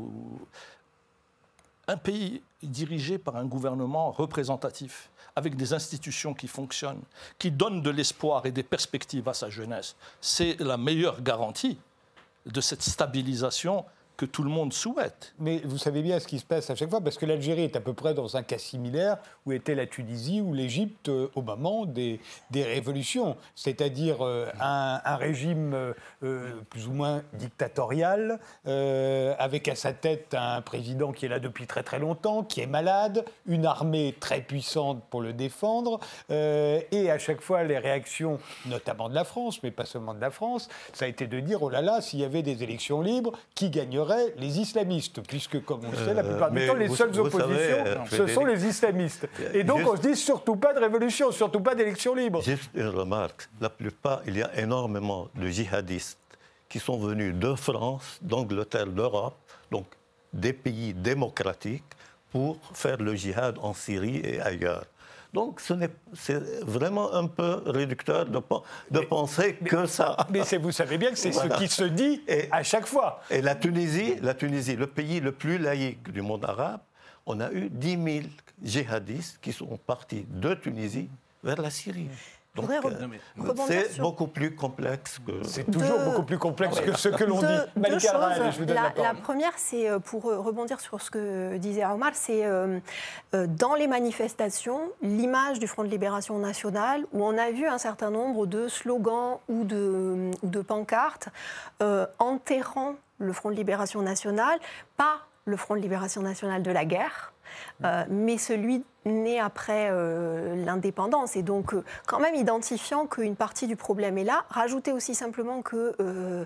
Un pays dirigé par un gouvernement représentatif, avec des institutions qui fonctionnent, qui donnent de l'espoir et des perspectives à sa jeunesse, c'est la meilleure garantie de cette stabilisation que tout le monde souhaite. Mais vous savez bien ce qui se passe à chaque fois, parce que l'Algérie est à peu près dans un cas similaire où était la Tunisie ou l'Égypte au moment des révolutions. C'est-à-dire un régime plus ou moins dictatorial, avec à sa tête un président qui est là depuis très très longtemps, qui est malade, une armée très puissante pour le défendre, et à chaque fois les réactions, notamment de la France, mais pas seulement de la France, ça a été de dire, oh là là, s'il y avait des élections libres, qui gagnerait? Les islamistes, puisque, comme on le sait, la plupart du temps, les seules oppositions, ce sont les islamistes. Et donc, on se dit surtout pas de révolution, surtout pas d'élections libres. Juste une remarque. La plupart, il y a énormément de djihadistes qui sont venus de France, d'Angleterre, d'Europe, donc des pays démocratiques, pour faire le djihad en Syrie et ailleurs. Donc, c'est vraiment un peu réducteur de penser que ça... Mais vous savez bien que c'est ce qui se dit à chaque fois. Et la Tunisie, le pays le plus laïque du monde arabe, on a eu 10 000 djihadistes qui sont partis de Tunisie vers la Syrie. Donc, c'est beaucoup plus complexe que... C'est toujours beaucoup plus complexe que ce que l'on dit. Deux choses. La première, c'est pour rebondir sur ce que disait Omar, c'est dans les manifestations, l'image du Front de Libération Nationale, où on a vu un certain nombre de slogans ou de pancartes enterrant le Front de Libération Nationale, pas le Front de Libération Nationale de la guerre, mais celui né après l'indépendance, et donc quand même identifiant qu'une partie du problème est là. Rajoutez aussi simplement que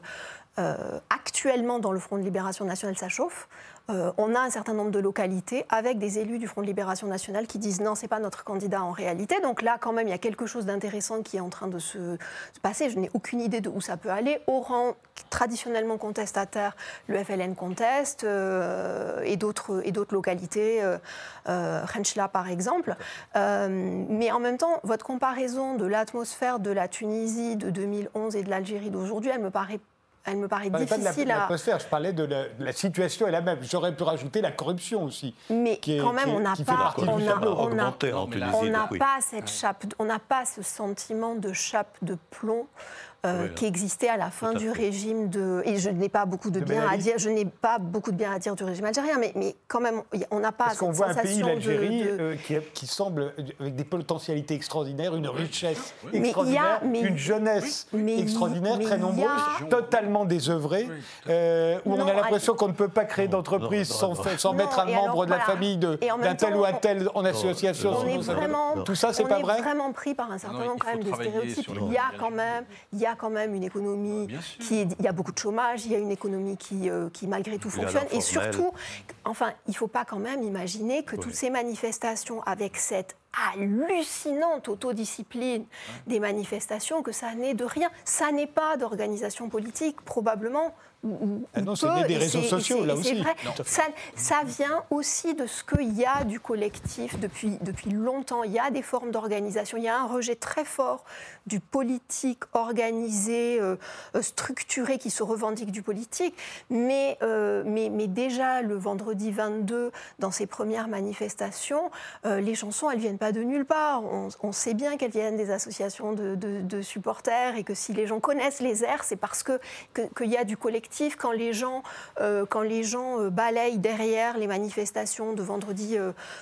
actuellement dans le Front de Libération Nationale ça chauffe. On a un certain nombre de localités avec des élus du Front de Libération Nationale qui disent non, c'est pas notre candidat en réalité. Donc là, quand même, il y a quelque chose d'intéressant qui est en train de se passer. Je n'ai aucune idée de où ça peut aller. Oran, traditionnellement contestataire, le FLN conteste, et d'autres localités, Khenchela par exemple. Mais en même temps, votre comparaison de l'atmosphère de la Tunisie de 2011 et de l'Algérie d'aujourd'hui, elle me paraît difficile à... l'atmosphère, je parlais de la situation elle même. J'aurais pu rajouter la corruption aussi. Mais quand même, on n'a pas ce sentiment de chape de plomb qui existait à la fin du régime de... Et je n'ai pas beaucoup de bien à dire. Je n'ai pas beaucoup de bien à dire du régime algérien, mais quand même, on n'a pas cette sensation de... Parce qu'on voit un pays, l'Algérie, qui semble avec des potentialités extraordinaires, une richesse extraordinaire, une jeunesse extraordinaire, très nombreuse, totalement désœuvrée, où on a l'impression qu'on ne peut pas créer d'entreprise sans mettre un membre de la famille d'un tel ou un tel en association. Tout ça, c'est pas vrai. On est vraiment pris par un certain nombre quand même de stéréotypes. Il y a quand même une économie il y a beaucoup de chômage, il y a une économie qui malgré tout fonctionne. Et surtout, enfin, il ne faut pas quand même imaginer que toutes ces manifestations avec cette hallucinante autodiscipline des manifestations, que ça n'est de rien. Ça n'est pas d'organisation politique, probablement. Non, c'est des réseaux sociaux, là aussi. Vrai. Ça vient aussi de ce qu'il y a du collectif depuis longtemps. Il y a des formes d'organisation. Il y a un rejet très fort du politique organisé, structuré, qui se revendique du politique. Mais déjà, le vendredi 22, dans ces premières manifestations, les chansons, elles ne viennent pas de nulle part. On sait bien qu'elles viennent des associations de supporters, et que si les gens connaissent les airs, c'est parce qu'il y a du collectif. Quand les gens balayent derrière les manifestations de vendredi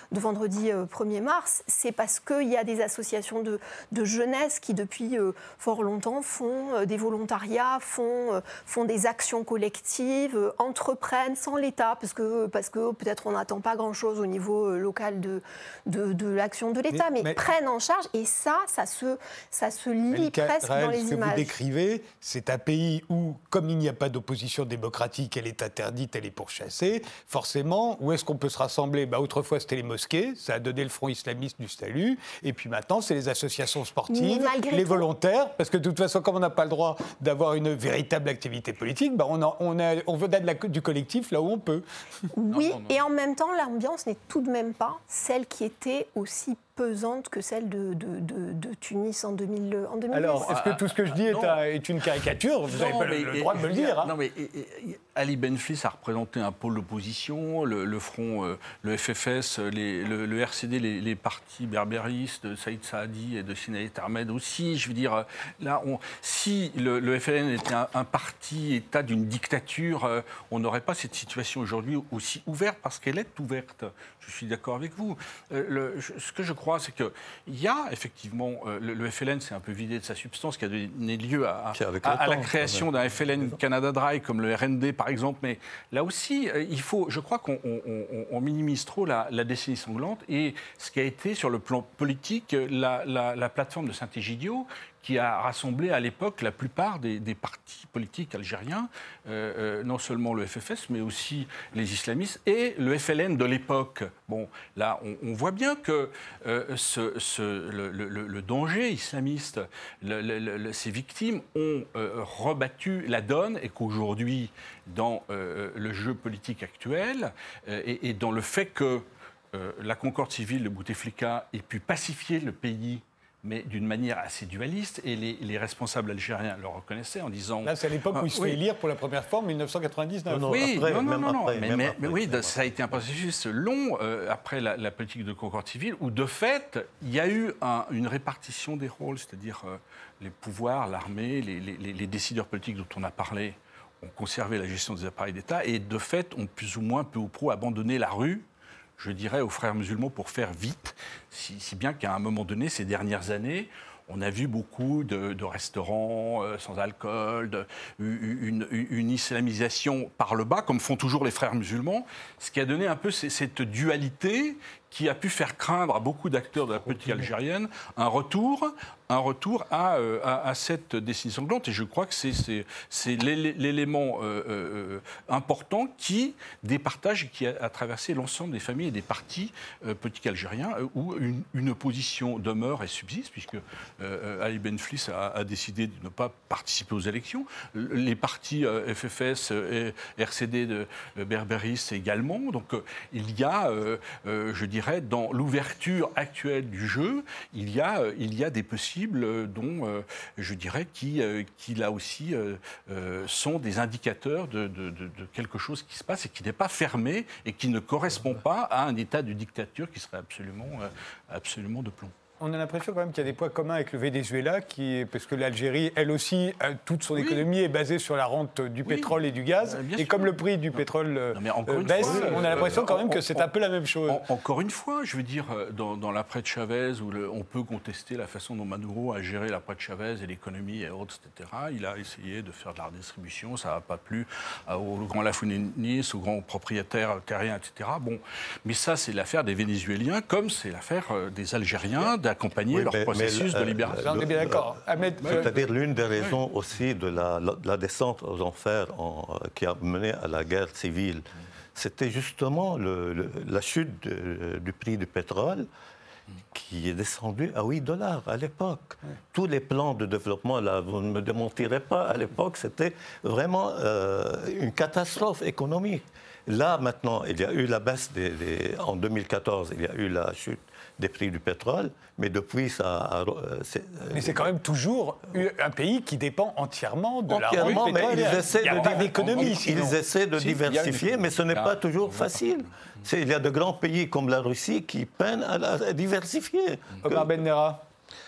1er mars, c'est parce qu'il y a des associations de jeunesse qui, depuis fort longtemps, font des volontariats, font des actions collectives, entreprennent sans l'État, parce que peut-être on n'attend pas grand-chose au niveau local de l'action de l'État, mais prennent en charge, et ça se lit presque dans les images. Ce que vous décrivez, c'est un pays où, comme il n'y a pas d'opposition démocratique, elle est interdite, elle est pourchassée. Forcément, où est-ce qu'on peut se rassembler ? Autrefois, c'était les mosquées, ça a donné le Front islamiste du salut, et puis maintenant, c'est les associations sportives, les volontaires, parce que de toute façon, comme on n'a pas le droit d'avoir une véritable activité politique, on veut donner du collectif là où on peut. Oui, et en même temps, l'ambiance n'est tout de même pas celle qui était aussi pesante que celle de Tunis en 2010. Alors, est-ce que tout ce que je dis est une caricature? Vous n'avez pas le droit de me le dire. Non, mais Ali Benflis a représenté un pôle d'opposition, le Front, le FFS, le RCD, les partis berbéristes de Saïd Saadi et de Sinaï Ahmed aussi. Je veux dire, là, si le FLN était un parti État d'une dictature, on n'aurait pas cette situation aujourd'hui aussi ouverte, parce qu'elle est ouverte. Je suis d'accord avec vous. Ce que je crois, c'est qu'il y a effectivement... le FLN s'est un peu vidé de sa substance, qui a donné lieu à la création d'un FLN Canada Dry, comme le RND, par exemple. Mais là aussi, je crois qu'on minimise trop la décennie sanglante et ce qui a été, sur le plan politique, la plateforme de Saint-Égidio, qui a rassemblé à l'époque la plupart des partis politiques algériens, non seulement le FFS, mais aussi les islamistes et le FLN de l'époque. Bon, là, on voit bien que le danger islamiste, ces victimes ont rebattu la donne, et qu'aujourd'hui, dans le jeu politique actuel, et dans le fait que la concorde civile de Bouteflika ait pu pacifier le pays, mais d'une manière assez dualiste, et les responsables algériens le reconnaissaient en disant... Là, c'est à l'époque où il se fait élire pour la première fois, en 1999. Oui, ça a été un processus long après la politique de concorde civile, où de fait, il y a eu une répartition des rôles, c'est-à-dire les pouvoirs, l'armée, les décideurs politiques dont on a parlé ont conservé la gestion des appareils d'État, et de fait ont plus ou moins, peu ou prou, abandonné la rue, je dirais, aux frères musulmans pour faire vite, si bien qu'à un moment donné, ces dernières années, on a vu beaucoup de restaurants sans alcool, une islamisation par le bas, comme font toujours les frères musulmans, ce qui a donné un peu cette dualité qui a pu faire craindre à beaucoup d'acteurs de la politique algérienne un retour à cette décennie sanglante. Et je crois que c'est l'élément important qui départage et qui a traversé l'ensemble des familles et des partis politiques algériens, où une opposition demeure et subsiste, puisque Ali Benflis a décidé de ne pas participer aux élections. Les partis FFS et RCD de berbéristes également. Donc il y a, je dirais, dans l'ouverture actuelle du jeu, il y a des possibles dont, je dirais, qui là aussi sont des indicateurs de quelque chose qui se passe et qui n'est pas fermé et qui ne correspond pas à un état de dictature qui serait absolument de plomb. On a l'impression quand même qu'il y a des points communs avec le Venezuela, parce que l'Algérie, elle aussi, toute son économie est basée sur la rente du pétrole et du gaz. Et comme le prix du pétrole baisse, on a l'impression quand même que c'est un peu la même chose. Encore une fois, je veux dire, dans l'après de Chavez, où on peut contester la façon dont Maduro a géré l'après de Chavez et l'économie et autres, etc., il a essayé de faire de la redistribution, ça n'a pas plu aux grands Lafounénis, aux grands propriétaires terriens, etc. Bon, mais ça, c'est l'affaire des Vénézuéliens, comme c'est l'affaire des Algériens, d'accompagner leur processus de libération. On est bien d'accord. C'est-à-dire l'une des raisons aussi de la descente aux enfers qui a mené à la guerre civile, c'était justement la chute du prix du pétrole qui est descendu à $8 à l'époque. Tous les plans de développement, là, vous ne me démentirez pas, à l'époque, c'était vraiment une catastrophe économique. Là, maintenant, il y a eu la baisse en 2014, il y a eu la chute des prix du pétrole, mais depuis ça... mais c'est quand même toujours un pays qui dépend entièrement de la rente mais pétrolière. il n'y a pas d'économie. Ils essaient de diversifier, mais ce n'est pas toujours facile. Il y a de grands pays comme la Russie qui peinent à diversifier. Omar Bennera.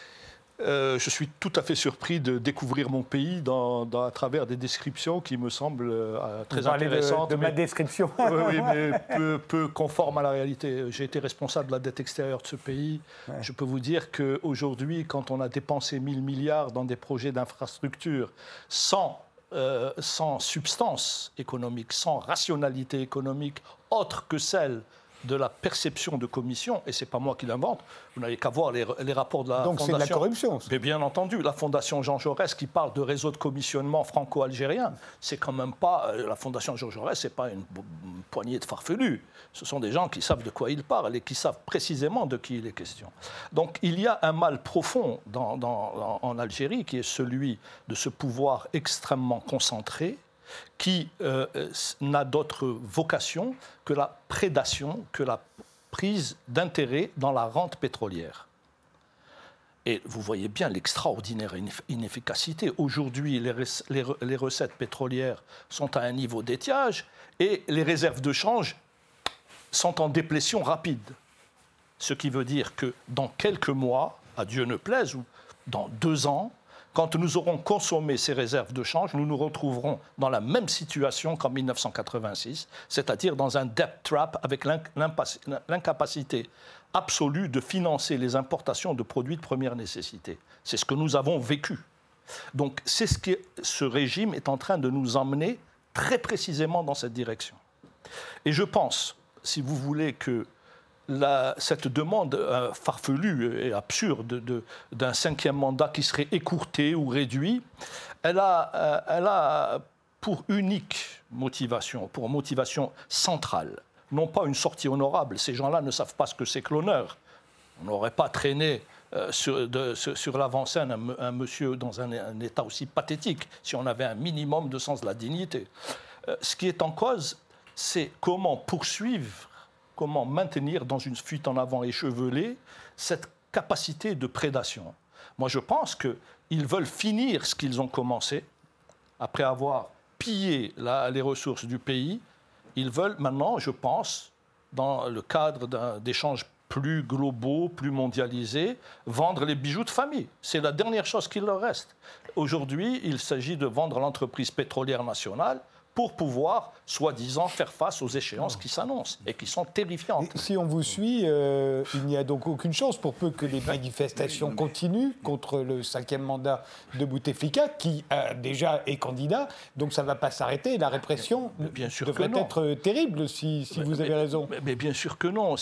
Je suis tout à fait surpris de découvrir mon pays à travers des descriptions qui me semblent très intéressantes. De ma description. Oui, mais peu conformes à la réalité. J'ai été responsable de la dette extérieure de ce pays. Ouais. Je peux vous dire qu'aujourd'hui, quand on a dépensé 1000 milliards dans des projets d'infrastructure sans substance économique, sans rationalité économique autre que celle de la perception de commission, et ce n'est pas moi qui l'invente, vous n'avez qu'à voir les rapports de la Donc Fondation. Donc c'est de la corruption. Mais bien entendu, la Fondation Jean Jaurès qui parle de réseau de commissionnement franco-algérien, c'est quand même pas... La Fondation Jean Jaurès, ce n'est pas une poignée de farfelus. Ce sont des gens qui savent de quoi ils parlent et qui savent précisément de qui il est question. Donc il y a un mal profond en Algérie qui est celui de ce pouvoir extrêmement concentré, qui n'a d'autre vocation que la prédation, que la prise d'intérêt dans la rente pétrolière. Et vous voyez bien l'extraordinaire inefficacité. Aujourd'hui, les recettes pétrolières sont à un niveau d'étiage et les réserves de change sont en déplétion rapide. Ce qui veut dire que dans quelques mois, à Dieu ne plaise, ou dans 2 ans, quand nous aurons consommé ces réserves de change, nous nous retrouverons dans la même situation qu'en 1986, c'est-à-dire dans un debt trap avec l'incapacité absolue de financer les importations de produits de première nécessité. C'est ce que nous avons vécu. Donc c'est ce que ce régime est en train de nous emmener très précisément dans cette direction. Et je pense, si vous voulez, que cette demande farfelue et absurde d'un 5e mandat qui serait écourté ou réduit, elle a pour unique motivation, pour motivation centrale, non pas une sortie honorable. Ces gens-là ne savent pas ce que c'est que l'honneur. On n'aurait pas traîné sur l'avant-scène un monsieur dans un état aussi pathétique si on avait un minimum de sens de la dignité. Ce qui est en cause, c'est comment poursuivre, comment maintenir dans une fuite en avant échevelée cette capacité de prédation. Moi, je pense qu'ils veulent finir ce qu'ils ont commencé, après avoir pillé les ressources du pays. Ils veulent maintenant, je pense, dans le cadre d'échanges plus globaux, plus mondialisés, vendre les bijoux de famille. C'est la dernière chose qu'il leur reste. Aujourd'hui, il s'agit de vendre l'entreprise pétrolière nationale pour pouvoir, soi-disant, faire face aux échéances qui s'annoncent et qui sont terrifiantes. Et si on vous suit, il n'y a donc aucune chance, pour peu que les manifestations continuent contre le 5e mandat de Bouteflika, qui déjà est candidat, donc ça ne va pas s'arrêter. La répression devrait être terrible, si vous avez raison. Mais bien sûr que non.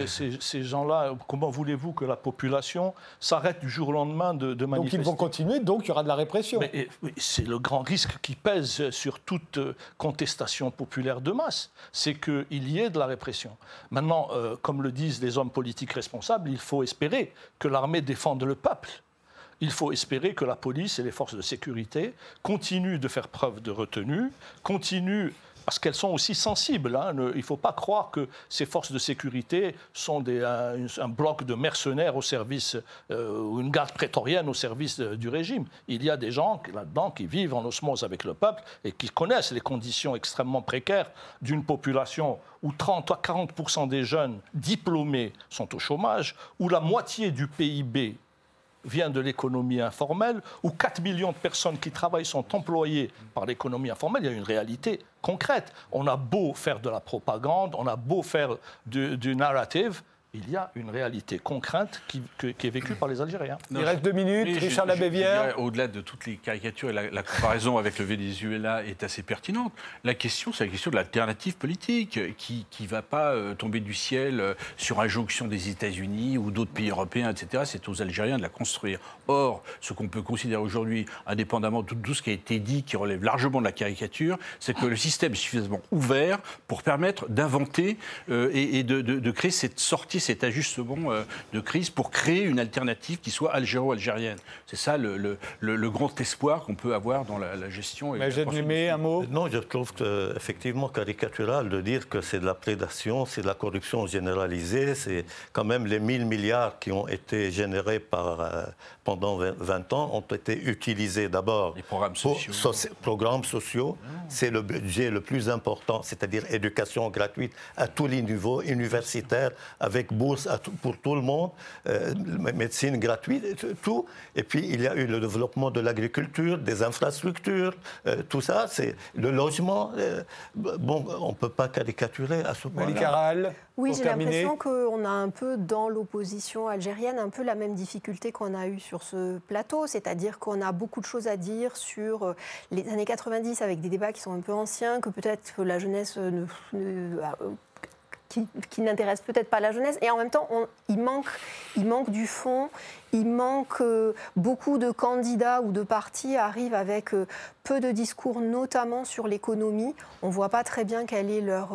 Ces gens-là, comment voulez-vous que la population s'arrête du jour au lendemain de manifester ? Donc ils vont continuer, donc il y aura de la répression. Mais c'est le grand risque qui pèse sur toute contestation populaire de masse, c'est qu'il y ait de la répression. Maintenant, comme le disent les hommes politiques responsables, il faut espérer que l'armée défende le peuple. Il faut espérer que la police et les forces de sécurité continuent de faire preuve de retenue, continuent, parce qu'elles sont aussi sensibles. Il ne faut pas croire que ces forces de sécurité sont un bloc de mercenaires au service, ou une garde prétorienne au service du régime. Il y a des gens là-dedans qui vivent en osmose avec le peuple et qui connaissent les conditions extrêmement précaires d'une population où 30 à 40% des jeunes diplômés sont au chômage, où la moitié du PIB vient de l'économie informelle, où 4 millions de personnes qui travaillent sont employées par l'économie informelle. Il y a une réalité concrète. On a beau faire de la propagande, on a beau faire du narrative, il y a une réalité concrète qui est vécue par les Algériens. Il reste 2 minutes, Richard Labévière. Au-delà de toutes les caricatures, et la comparaison avec le Venezuela est assez pertinente. La question, c'est la question de l'alternative politique qui ne va pas tomber du ciel sur injonction des États-Unis ou d'autres pays européens, etc. C'est aux Algériens de la construire. Or, ce qu'on peut considérer aujourd'hui, indépendamment de tout ce qui a été dit, qui relève largement de la caricature, c'est que le système est suffisamment ouvert pour permettre d'inventer et de créer cette sortie, cet ajustement de crise pour créer une alternative qui soit algéro-algérienne. C'est ça le grand espoir qu'on peut avoir dans la gestion. Majed Némé, un mot ? Non, je trouve effectivement caricatural de dire que c'est de la prédation, c'est de la corruption généralisée, c'est quand même les 1000 milliards qui ont été générés pendant 20 ans ont été utilisés d'abord pour programmes sociaux. C'est le budget le plus important, c'est-à-dire éducation gratuite à tous les niveaux, universitaires, avec bourse pour tout le monde, médecine gratuite, tout. Et puis, il y a eu le développement de l'agriculture, des infrastructures, tout ça, c'est le logement. Bon, on ne peut pas caricaturer à ce point-là. Malik Aral, oui, j'ai l'impression qu'on a un peu, dans l'opposition algérienne, un peu la même difficulté qu'on a eue sur ce plateau, c'est-à-dire qu'on a beaucoup de choses à dire sur les années 90, avec des débats qui sont un peu anciens, que peut-être la jeunesse qui n'intéresse peut-être pas la jeunesse, et en même temps, il manque du fond, il manque beaucoup de candidats ou de partis arrivent avec peu de discours, notamment sur l'économie. On ne voit pas très bien quelle est leur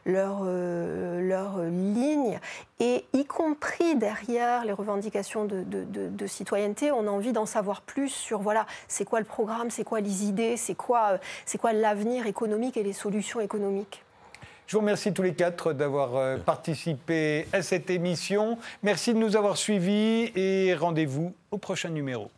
ligne, et y compris derrière les revendications de citoyenneté, on a envie d'en savoir plus sur, voilà, c'est quoi le programme, c'est quoi les idées, c'est quoi l'avenir économique et les solutions économiques. Je vous remercie tous les quatre d'avoir participé à cette émission. Merci de nous avoir suivis et rendez-vous au prochain numéro.